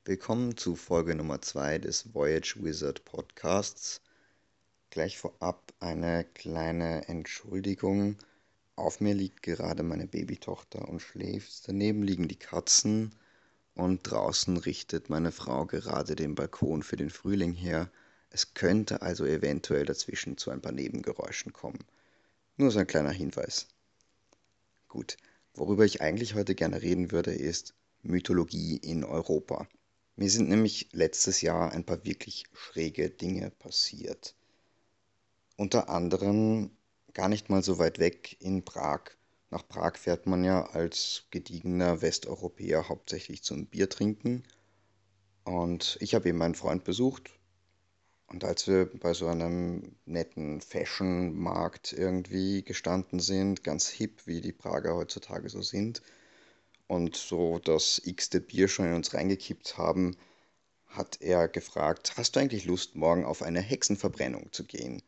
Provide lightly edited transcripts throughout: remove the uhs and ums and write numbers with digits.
Willkommen zu Folge Nummer 2 des Voyage Wizard Podcasts. Gleich vorab eine kleine Entschuldigung. Auf mir liegt gerade meine Babytochter und schläft. Daneben liegen die Katzen und draußen richtet meine Frau gerade den Balkon für den Frühling her. Es könnte also eventuell dazwischen zu ein paar Nebengeräuschen kommen. Nur so ein kleiner Hinweis. Gut, worüber ich eigentlich heute gerne reden würde, ist Mythologie in Europa. Mir sind nämlich letztes Jahr ein paar wirklich schräge Dinge passiert. Unter anderem gar nicht mal so weit weg in Prag. Nach Prag fährt man ja als gediegener Westeuropäer hauptsächlich zum Biertrinken. Und ich habe eben meinen Freund besucht. Und als wir bei so einem netten Fashion-Markt irgendwie gestanden sind, ganz hip, wie die Prager heutzutage so sind, und so das x-te Bier schon in uns reingekippt haben, hat er gefragt, hast du eigentlich Lust, morgen auf eine Hexenverbrennung zu gehen?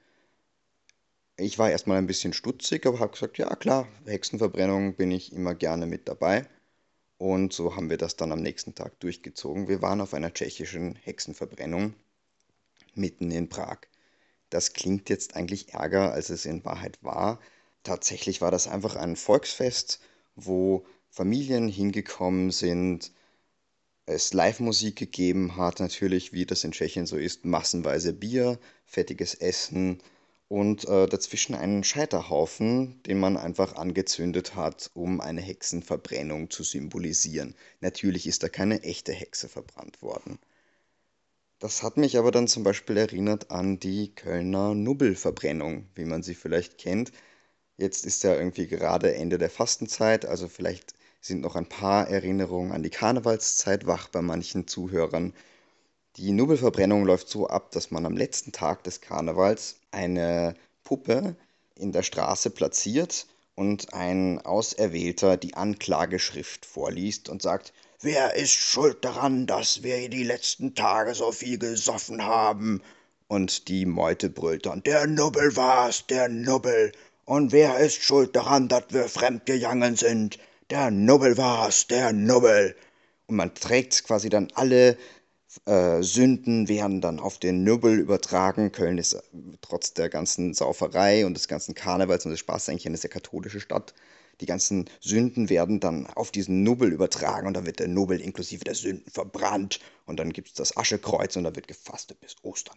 Ich war erstmal ein bisschen stutzig, aber habe gesagt, ja klar, Hexenverbrennung bin ich immer gerne mit dabei. Und so haben wir das dann am nächsten Tag durchgezogen. Wir waren auf einer tschechischen Hexenverbrennung mitten in Prag. Das klingt jetzt eigentlich ärger, als es in Wahrheit war. Tatsächlich war das einfach ein Volksfest, wo Familien hingekommen sind, es Live-Musik gegeben hat, natürlich, wie das in Tschechien so ist, massenweise Bier, fettiges Essen und dazwischen einen Scheiterhaufen, den man einfach angezündet hat, um eine Hexenverbrennung zu symbolisieren. Natürlich ist da keine echte Hexe verbrannt worden. Das hat mich aber dann zum Beispiel erinnert an die Kölner Nubbelverbrennung, wie man sie vielleicht kennt. Jetzt ist ja irgendwie gerade Ende der Fastenzeit, also vielleicht sind noch ein paar Erinnerungen an die Karnevalszeit wach bei manchen Zuhörern. Die Nubbelverbrennung läuft so ab, dass man am letzten Tag des Karnevals eine Puppe in der Straße platziert und ein Auserwählter die Anklageschrift vorliest und sagt, wer ist schuld daran, dass wir die letzten Tage so viel gesoffen haben? Und die Meute brüllt dann, der Nubbel war's, der Nubbel. Und wer ist schuld daran, dass wir fremdgegangen sind? Der Nubbel war's, der Nubbel. Und man trägt quasi dann alle Sünden werden dann auf den Nubbel übertragen. Köln ist trotz der ganzen Sauferei und des ganzen Karnevals und des Spaßes eigentlich eine sehr katholische Stadt. Die ganzen Sünden werden dann auf diesen Nubbel übertragen und dann wird der Nubbel inklusive der Sünden verbrannt und dann gibt es das Aschekreuz und da wird gefastet bis Ostern.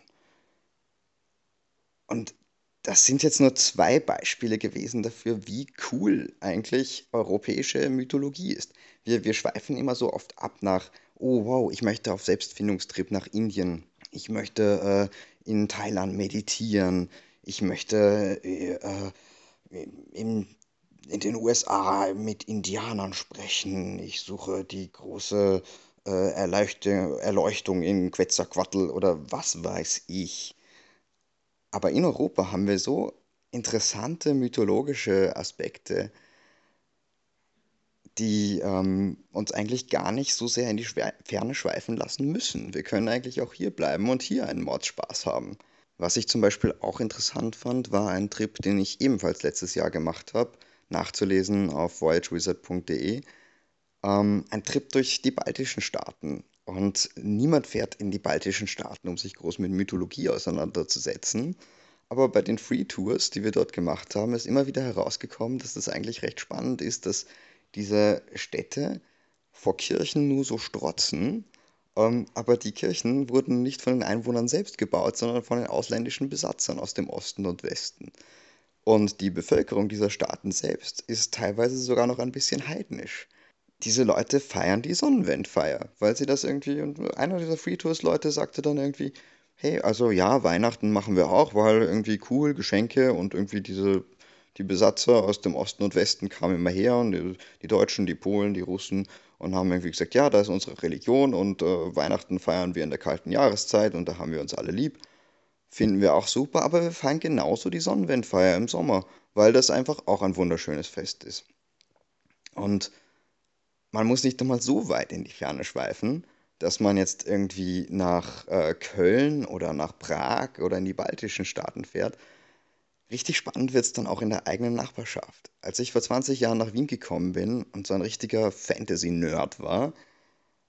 Und das sind jetzt nur zwei Beispiele gewesen dafür, wie cool eigentlich europäische Mythologie ist. Wir schweifen immer so oft ab nach, oh wow, ich möchte auf Selbstfindungstrip nach Indien. Ich möchte in Thailand meditieren. Ich möchte in, in den USA mit Indianern sprechen. Ich suche die große Erleuchtung in Quetzalcoatl oder was weiß ich. Aber in Europa haben wir so interessante mythologische Aspekte, die uns eigentlich gar nicht so sehr in die Ferne schweifen lassen müssen. Wir können eigentlich auch hier bleiben und hier einen Mordspaß haben. Was ich zum Beispiel auch interessant fand, war ein Trip, den ich ebenfalls letztes Jahr gemacht habe, nachzulesen auf voyagewizard.de. Ein Trip durch die baltischen Staaten. Und niemand fährt in die baltischen Staaten, um sich groß mit Mythologie auseinanderzusetzen. Aber bei den Free Tours, die wir dort gemacht haben, ist immer wieder herausgekommen, dass das eigentlich recht spannend ist, dass diese Städte vor Kirchen nur so strotzen. Aber die Kirchen wurden nicht von den Einwohnern selbst gebaut, sondern von den ausländischen Besatzern aus dem Osten und Westen. Und die Bevölkerung dieser Staaten selbst ist teilweise sogar noch ein bisschen heidnisch. Diese Leute feiern die Sonnenwendfeier, weil sie das irgendwie, und einer dieser Free Tours Leute sagte dann irgendwie, hey, also ja, Weihnachten machen wir auch, weil irgendwie cool, Geschenke und irgendwie die Besatzer aus dem Osten und Westen kamen immer her und die Deutschen, die Polen, die Russen und haben irgendwie gesagt, ja, da ist unsere Religion und Weihnachten feiern wir in der kalten Jahreszeit und da haben wir uns alle lieb. Finden wir auch super, aber wir feiern genauso die Sonnenwendfeier im Sommer, weil das einfach auch ein wunderschönes Fest ist. Und man muss nicht einmal so weit in die Ferne schweifen, dass man jetzt irgendwie nach Köln oder nach Prag oder in die baltischen Staaten fährt. Richtig spannend wird es dann auch in der eigenen Nachbarschaft. Als ich vor 20 Jahren nach Wien gekommen bin und so ein richtiger Fantasy-Nerd war,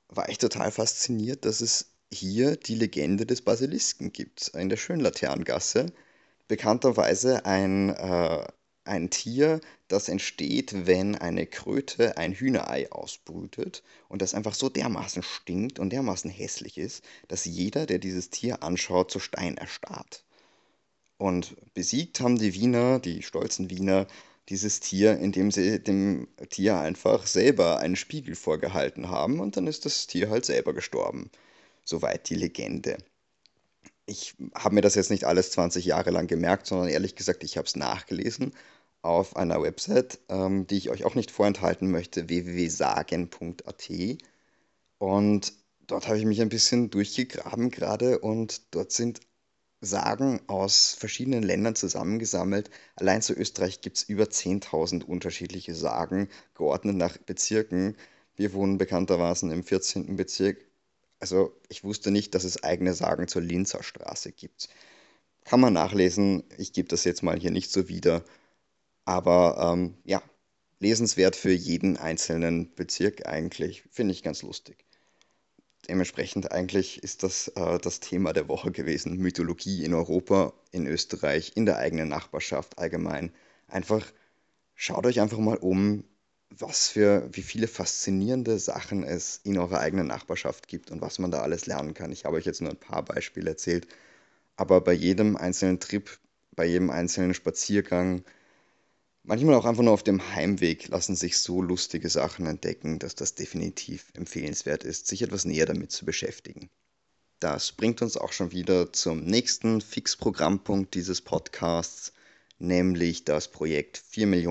war ich total fasziniert, dass es hier die Legende des Basilisken gibt, in der Schönlaternengasse. Bekannterweise ein Tier, das entsteht, wenn eine Kröte ein Hühnerei ausbrütet und das einfach so dermaßen stinkt und dermaßen hässlich ist, dass jeder, der dieses Tier anschaut, zu Stein erstarrt. Und besiegt haben die Wiener, die stolzen Wiener, dieses Tier, indem sie dem Tier einfach selber einen Spiegel vorgehalten haben und dann ist das Tier halt selber gestorben. Soweit die Legende. Ich habe mir das jetzt nicht alles 20 Jahre lang gemerkt, sondern ehrlich gesagt, ich habe es nachgelesen auf einer Website, die ich euch auch nicht vorenthalten möchte, www.sagen.at. Und dort habe ich mich ein bisschen durchgegraben gerade und dort sind Sagen aus verschiedenen Ländern zusammengesammelt. Allein zu Österreich gibt es über 10.000 unterschiedliche Sagen, geordnet nach Bezirken. Wir wohnen bekanntermaßen im 14. Bezirk. Also ich wusste nicht, dass es eigene Sagen zur Linzer Straße gibt. Kann man nachlesen. Ich gebe das jetzt mal hier nicht so wieder. Aber ja, lesenswert für jeden einzelnen Bezirk eigentlich. Finde ich ganz lustig. Dementsprechend eigentlich ist das Thema der Woche gewesen. Mythologie in Europa, in Österreich, in der eigenen Nachbarschaft allgemein. Einfach schaut euch einfach mal um, wie viele faszinierende Sachen es in eurer eigenen Nachbarschaft gibt und was man da alles lernen kann. Ich habe euch jetzt nur ein paar Beispiele erzählt, aber bei jedem einzelnen Trip, bei jedem einzelnen Spaziergang, manchmal auch einfach nur auf dem Heimweg lassen sich so lustige Sachen entdecken, dass das definitiv empfehlenswert ist, sich etwas näher damit zu beschäftigen. Das bringt uns auch schon wieder zum nächsten Fixprogrammpunkt dieses Podcasts, nämlich das Projekt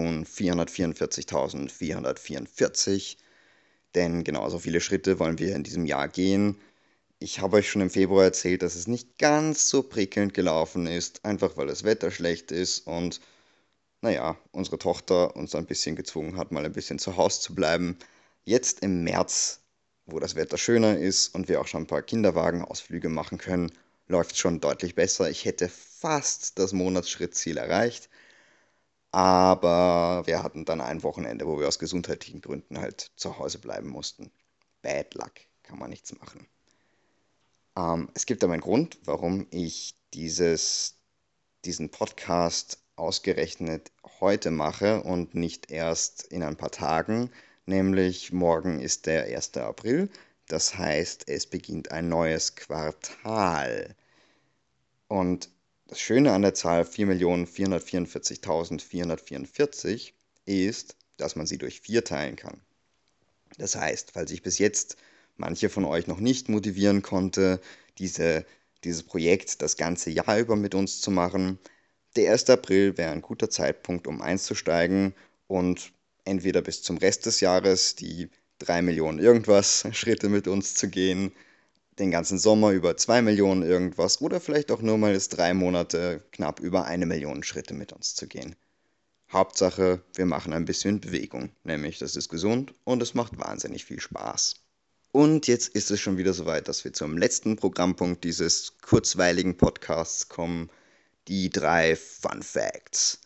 4.444.444. Denn genauso viele Schritte wollen wir in diesem Jahr gehen. Ich habe euch schon im Februar erzählt, dass es nicht ganz so prickelnd gelaufen ist, einfach weil das Wetter schlecht ist und naja, unsere Tochter uns ein bisschen gezwungen hat, mal ein bisschen zu Hause zu bleiben. Jetzt im März, wo das Wetter schöner ist und wir auch schon ein paar Kinderwagenausflüge machen können, läuft es schon deutlich besser. Ich hätte fast das Monatsschrittziel erreicht, aber wir hatten dann ein Wochenende, wo wir aus gesundheitlichen Gründen halt zu Hause bleiben mussten. Bad luck, kann man nichts machen. Es gibt aber einen Grund, warum ich diesen Podcast ausgerechnet heute mache und nicht erst in ein paar Tagen, nämlich morgen ist der 1. April. Das heißt, es beginnt ein neues Quartal. Und das Schöne an der Zahl 4.444.444 ist, dass man sie durch 4 teilen kann. Das heißt, falls ich bis jetzt manche von euch noch nicht motivieren konnte, dieses Projekt das ganze Jahr über mit uns zu machen, der 1. April wäre ein guter Zeitpunkt, um einzusteigen und entweder bis zum Rest des Jahres die 3 Millionen irgendwas Schritte mit uns zu gehen, den ganzen Sommer über 2 Millionen irgendwas oder vielleicht auch nur mal jetzt 3 Monate knapp über 1 Million Schritte mit uns zu gehen. Hauptsache, wir machen ein bisschen Bewegung, nämlich das ist gesund und es macht wahnsinnig viel Spaß. Und jetzt ist es schon wieder soweit, dass wir zum letzten Programmpunkt dieses kurzweiligen Podcasts kommen, die 3 Fun Facts.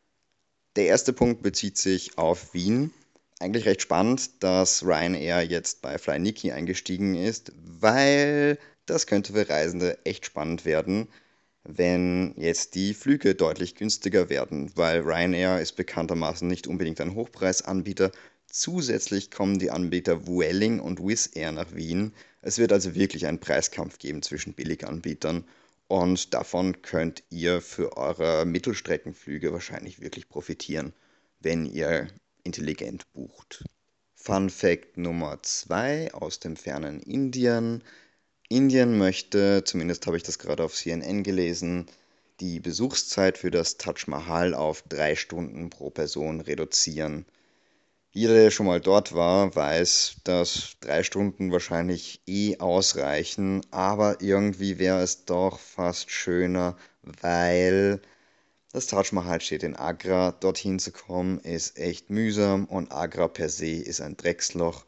Der erste Punkt bezieht sich auf Wien. Eigentlich recht spannend, dass Ryanair jetzt bei Flyniki eingestiegen ist, weil das könnte für Reisende echt spannend werden, wenn jetzt die Flüge deutlich günstiger werden, weil Ryanair ist bekanntermaßen nicht unbedingt ein Hochpreisanbieter. Zusätzlich kommen die Anbieter Vueling und Wizz Air nach Wien. Es wird also wirklich einen Preiskampf geben zwischen Billiganbietern und davon könnt ihr für eure Mittelstreckenflüge wahrscheinlich wirklich profitieren, wenn ihr intelligent bucht. Fun Fact Nummer 2 aus dem fernen Indien. Indien möchte, zumindest habe ich das gerade auf CNN gelesen, die Besuchszeit für das Taj Mahal auf 3 Stunden pro Person reduzieren. Jeder, der schon mal dort war, weiß, dass 3 Stunden wahrscheinlich ausreichen, aber irgendwie wäre es doch fast schöner, weil das Taj Mahal steht in Agra. Dorthin zu kommen ist echt mühsam und Agra per se ist ein Drecksloch.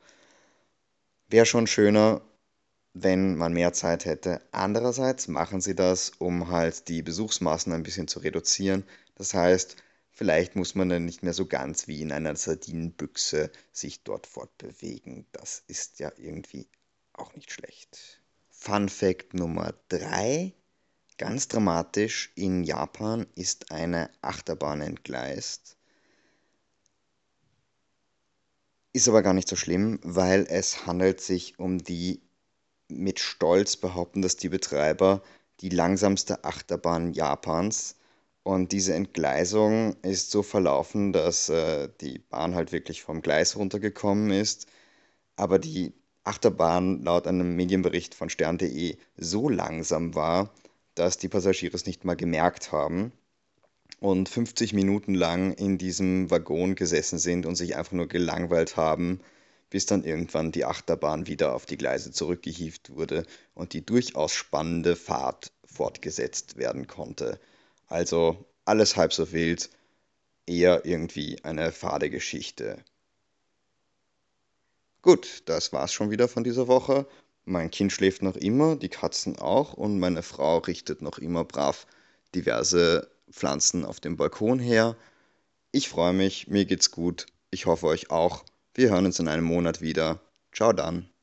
Wäre schon schöner, wenn man mehr Zeit hätte. Andererseits machen sie das, um halt die Besuchsmassen ein bisschen zu reduzieren. Das heißt, vielleicht muss man dann nicht mehr so ganz wie in einer Sardinenbüchse sich dort fortbewegen. Das ist ja irgendwie auch nicht schlecht. Fun Fact Nummer 3: Ganz dramatisch, in Japan ist eine Achterbahn entgleist. Ist aber gar nicht so schlimm, weil es handelt sich um die, mit Stolz behaupten das die Betreiber, die langsamste Achterbahn Japans. Und diese Entgleisung ist so verlaufen, dass die Bahn halt wirklich vom Gleis runtergekommen ist, aber die Achterbahn laut einem Medienbericht von stern.de so langsam war, dass die Passagiere es nicht mal gemerkt haben und 50 Minuten lang in diesem Waggon gesessen sind und sich einfach nur gelangweilt haben, bis dann irgendwann die Achterbahn wieder auf die Gleise zurückgehievt wurde und die durchaus spannende Fahrt fortgesetzt werden konnte. Also alles halb so wild, eher irgendwie eine fade Geschichte. Gut, das war's schon wieder von dieser Woche. Mein Kind schläft noch immer, die Katzen auch und meine Frau richtet noch immer brav diverse Pflanzen auf dem Balkon her. Ich freue mich, mir geht's gut. Ich hoffe euch auch. Wir hören uns in einem Monat wieder. Ciao dann.